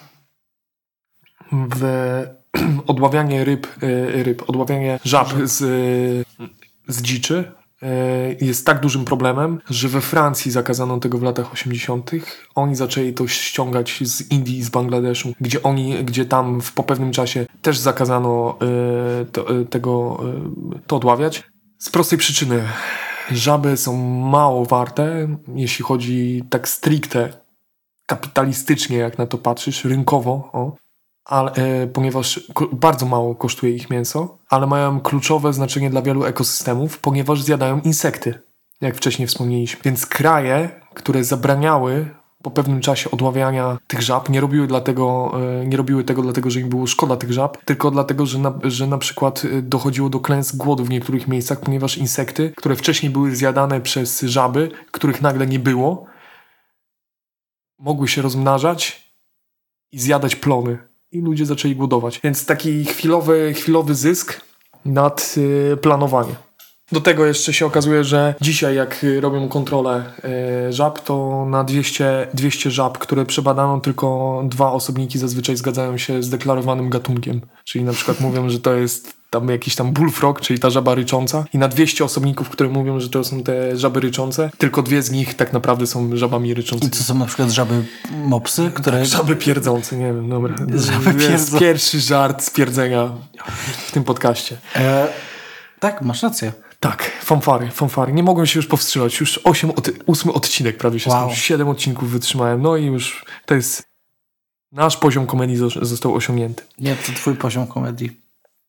w odławianie ryb, e, ryb odławianie żab z, z dziczy e, jest tak dużym problemem, że we Francji zakazano tego w latach osiemdziesiątych. Oni zaczęli to ściągać z Indii i z Bangladeszu, gdzie oni, gdzie tam w, po pewnym czasie też zakazano e, to, e, tego e, to odławiać. Z prostej przyczyny. Żaby są mało warte, jeśli chodzi tak stricte kapitalistycznie, jak na to patrzysz, rynkowo, o, ale, e, ponieważ ko- bardzo mało kosztuje ich mięso, ale mają kluczowe znaczenie dla wielu ekosystemów, ponieważ zjadają insekty, jak wcześniej wspomnieliśmy. Więc kraje, które zabraniały po pewnym czasie odławiania tych żab, nie robiły, dlatego, e, nie robiły tego dlatego, że im było szkoda tych żab, tylko dlatego, że na, że na przykład e, dochodziło do klęsk głodu w niektórych miejscach, ponieważ insekty, które wcześniej były zjadane przez żaby, których nagle nie było, mogły się rozmnażać i zjadać plony. I ludzie zaczęli głodować. Więc taki chwilowy, chwilowy zysk nad y, planowanie. Do tego jeszcze się okazuje, że dzisiaj jak robią kontrolę y, żab, to na dwieście, dwieście żab, które przebadano, tylko dwa osobniki zazwyczaj zgadzają się z deklarowanym gatunkiem. Czyli na przykład mówią, że to jest tam jakiś tam bullfrog, czyli ta żaba rycząca. I na dwieście osobników, które mówią, że to są te żaby ryczące, tylko dwie z nich tak naprawdę są żabami ryczącymi. I to są na przykład żaby mopsy, które... Żaby pierdzące, nie wiem, dobra. Żaby To jest pierdzące. pierwszy żart z pierdzenia w tym podcaście. E, tak, masz rację. Tak, fanfary, fanfary. Nie mogłem się już powstrzymać. Już osiem, od, ósmy odcinek prawie się Wow. skończył. Siedem odcinków wytrzymałem. No i już to jest... Nasz poziom komedii zo- został osiągnięty. Nie, to twój poziom komedii.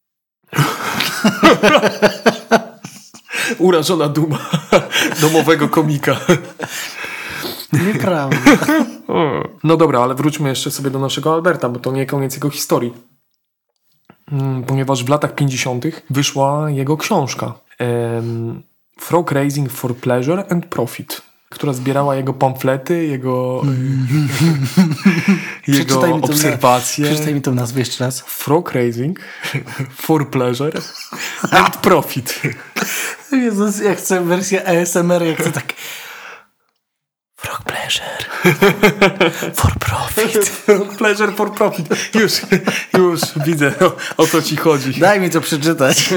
Urażona duma domowego komika. Nieprawda. No dobra, ale wróćmy jeszcze sobie do naszego Alberta, bo to nie koniec jego historii. Mm, Ponieważ w latach pięćdziesiątych wyszła jego książka em, Frog Raising for Pleasure and Profit, która zbierała jego pamflety, jego, jego Przeczytaj mi to obserwacje. Na, przeczytaj mi to nazwę jeszcze raz. Frog Raising for Pleasure and Profit. Jezus, ja chcę wersję A S M R, ja chcę tak... Frog pleasure. For profit. Pleasure for Profit. Już, już widzę, o, o co ci chodzi. Daj mi to przeczytać.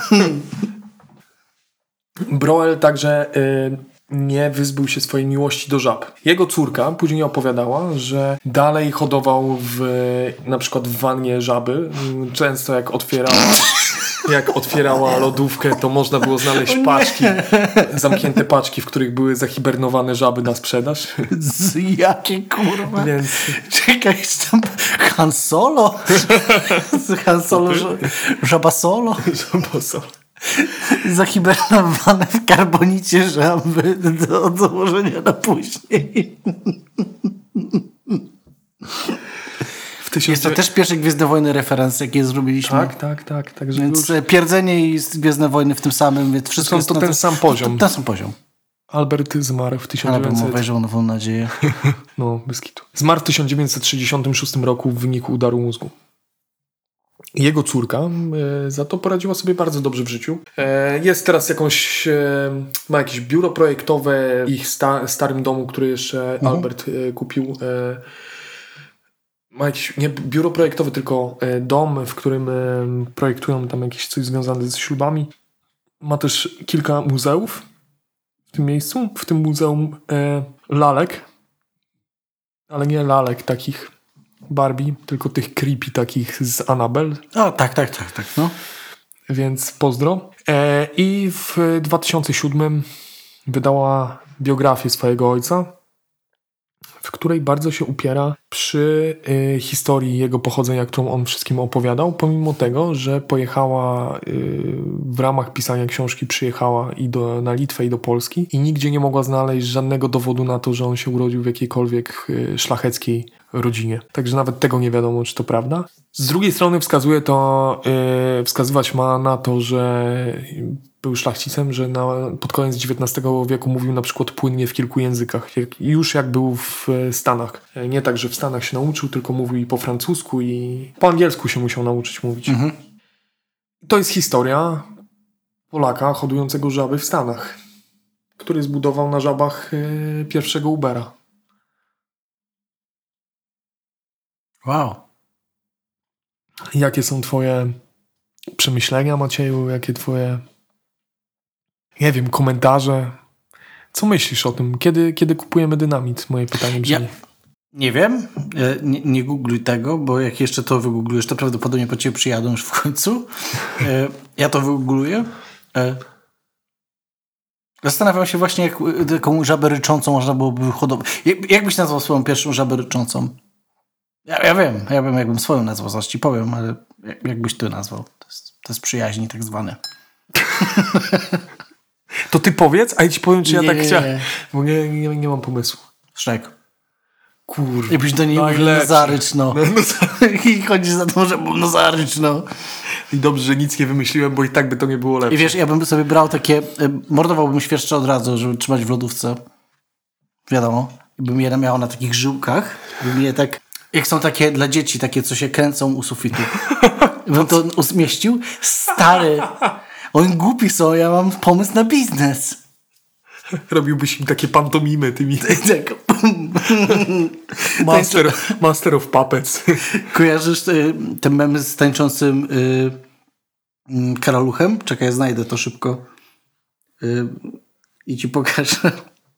Broel także y, nie wyzbył się swojej miłości do żab. Jego córka później opowiadała, że dalej hodował w, na przykład w wannie żaby. Często jak otwierała, jak otwierała lodówkę, to można było znaleźć paczki, zamknięte paczki, w których były zahibernowane żaby na sprzedaż. Z jakie kurwa? Więc Czekaj, tam Han Solo? Z Han Solo, ż- żaba Solo? żaboso. Zahibernowane w karbonicie żaby do odłożenia na później. W tysiąc... Jest to też pierwsze Gwiezdne Wojny referencje, jakie zrobiliśmy. Tak, tak, tak. Także Więc już... pierdzenie i Gwiezdne Wojny w tym samym, więc wszystko Są jest to na ten to- sam poziom. Ten sam poziom. Albert zmarł w tysiąc Ale bym dziewięćset... obejrzał Nową Nadzieję. No, bez kitu. Zmarł w tysiąc dziewięćset sześćdziesiątym szóstym roku w wyniku udaru mózgu. Jego córka e, za to poradziła sobie bardzo dobrze w życiu. E, jest teraz jakąś... E, ma jakieś biuro projektowe w ich sta, starym domu, który jeszcze Mhm. Albert e, kupił. E, ma jakieś... Nie biuro projektowe, tylko e, dom, w którym e, projektują tam jakieś coś związane ze ślubami. Ma też kilka muzeów w tym miejscu. W tym muzeum e, lalek. Ale nie lalek takich Barbie, tylko tych creepy takich z Annabelle. O, tak, tak, tak, tak. No. Więc pozdro. E, I w dwa tysiące siódmym wydała biografię swojego ojca, w której bardzo się upiera przy y, historii jego pochodzenia, którą on wszystkim opowiadał, pomimo tego, że pojechała y, w ramach pisania książki, przyjechała i do, na Litwę i do Polski i nigdzie nie mogła znaleźć żadnego dowodu na to, że on się urodził w jakiejkolwiek y, szlacheckiej rodzinie. Także nawet tego nie wiadomo, czy to prawda. Z drugiej strony wskazuje to, yy, wskazywać ma na to, że był szlachcicem, że na, pod koniec dziewiętnastego wieku mówił na przykład płynnie w kilku językach. Jak, już jak był w Stanach. Nie tak, że w Stanach się nauczył, tylko mówił i po francusku i po angielsku się musiał nauczyć mówić. Mhm. To jest historia Polaka hodującego żaby w Stanach, który zbudował na żabach yy, pierwszego Ubera. Wow. Jakie są twoje przemyślenia, Macieju? Jakie twoje, nie wiem, komentarze? Co myślisz o tym? Kiedy, kiedy kupujemy dynamit? Moje pytanie brzmi. Ja nie wiem. E, Nie, nie googluj tego, bo jak jeszcze to wygooglujesz, to prawdopodobnie po ciebie przyjadą już w końcu. E, Ja to wygoogluję. E, Zastanawiam się właśnie, jak taką żabę ryczącą można byłoby wyhodować. Jak, jak byś nazwał swoją pierwszą żabę ryczącą? Ja, ja wiem, ja wiem, jakbym swoją nazwał, zaraz ci powiem, ale jak, jak byś ty nazwał? To jest, to jest przyjaźni tak zwane. To ty powiedz, a ja ci powiem, czy ja Nie, tak nie, chciałem. nie. Bo nie, nie, nie mam pomysłu. Szrek. Kurde. I byś do niej mówił, no zarycz, no. No, no za- I chodzisz za to, że no zarycz, no. I dobrze, że nic nie wymyśliłem, bo i tak by to nie było lepsze. I wiesz, ja bym sobie brał takie, y, mordowałbym świerszcze od razu, żeby trzymać w lodówce. Wiadomo. I bym je miał na takich żyłkach. Bym je tak, jak są takie dla dzieci, takie, co się kręcą u sufitu. Bym to umieścił. Stary. Oni głupi są, ja mam pomysł na biznes. Robiłbyś im takie pantomimy tymi Tak. master, master of Puppets. Kojarzysz y, ten memy z tańczącym y, y, karaluchem? Czekaj, ja znajdę to szybko. Y, I ci pokażę.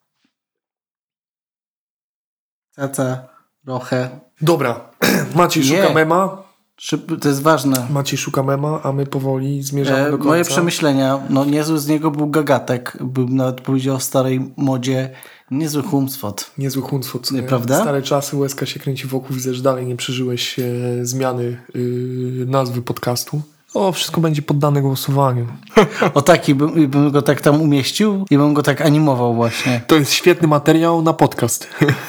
Caca, trochę. Dobra, Maciej szuka Nie. mema. Szyb, to jest ważne. Maciej szuka mema, a my powoli zmierzamy E, do końca. moje przemyślenia. No niezły z niego był gagatek. Bym nawet powiedział w starej modzie. Niezły Humsfot. Niezły huncwot. Nieprawda? Stare czasy, łezka się kręci wokół. Widzę, że dalej nie przeżyłeś e, zmiany e, nazwy podcastu. O, wszystko będzie poddane głosowaniu. O taki bym, bym go tak tam umieścił i bym go tak animował właśnie. To jest świetny materiał na podcast.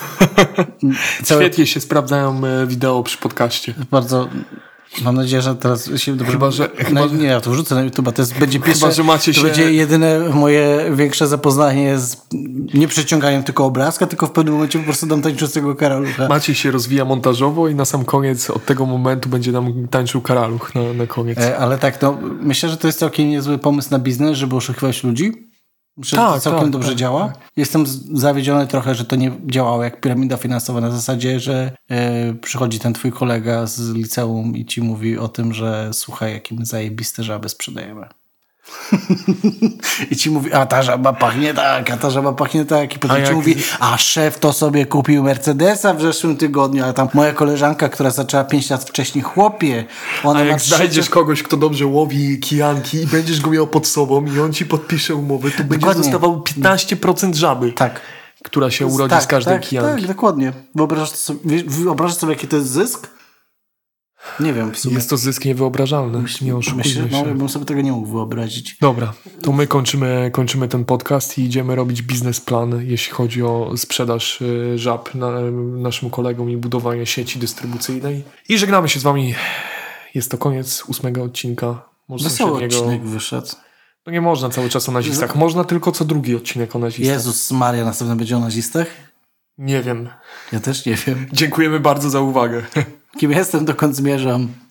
Całe- Świetnie się sprawdzają e, wideo przy podcaście. Bardzo... Mam nadzieję, że teraz się dobrze... Chyba, że- Na, chyba, że- nie, ja to wrzucę na YouTube. To jest, będzie pierwsze... że macie to się- będzie jedyne moje większe zapoznanie z nie przeciąganiem tylko obrazka, tylko w pewnym momencie po prostu dam tańczącego karalucha. Maciej się rozwija montażowo i na sam koniec od tego momentu będzie nam tańczył karaluch na, na koniec. E, ale tak, no myślę, że to jest całkiem niezły pomysł na biznes, żeby oszukiwać ludzi. Myślę, że Tak, to całkiem tak, dobrze tak, działa. tak. Jestem z- zawiedziony trochę, że to nie działało jak piramida finansowa na zasadzie, że e, przychodzi ten twój kolega z liceum i ci mówi o tym, że słuchaj, jakie my zajebiste żaby sprzedajemy. I ci mówi, a ta żaba pachnie tak, a ta żaba pachnie tak. I potem A ci jak- mówi, a szef to sobie kupił Mercedesa w zeszłym tygodniu, a tam moja koleżanka, która zaczęła pięć lat wcześniej, chłopie, ona A ma jak trzecie- znajdziesz kogoś, kto dobrze łowi kijanki i będziesz go miał pod sobą i on ci podpisze umowę, to będziesz Dokładnie. dostawał piętnaście procent żaby, Tak. która się urodzi tak, z każdej tak, kijanki. Tak, dokładnie. Wyobrażasz sobie, wiesz- wyobrażasz sobie, jaki to jest zysk? Nie wiem w sumie. Jest to zysk niewyobrażalny. Nie oszukujmy Myślę, no, się. ja bym sobie tego nie mógł wyobrazić. Dobra, to my kończymy, kończymy ten podcast i idziemy robić biznesplan, jeśli chodzi o sprzedaż y, żab na, naszym kolegom i budowanie sieci dystrybucyjnej. I żegnamy się z wami. Jest to koniec ósmego odcinka. Może Wesoły sąsiedniego- odcinek wyszedł. No nie można cały czas o nazistach. Można tylko co drugi odcinek o nazistach. Jezus Maria, następny będzie o nazistach? Nie wiem. Ja też nie wiem. Dziękujemy bardzo za uwagę. Kim jestem, dokąd zmierzam.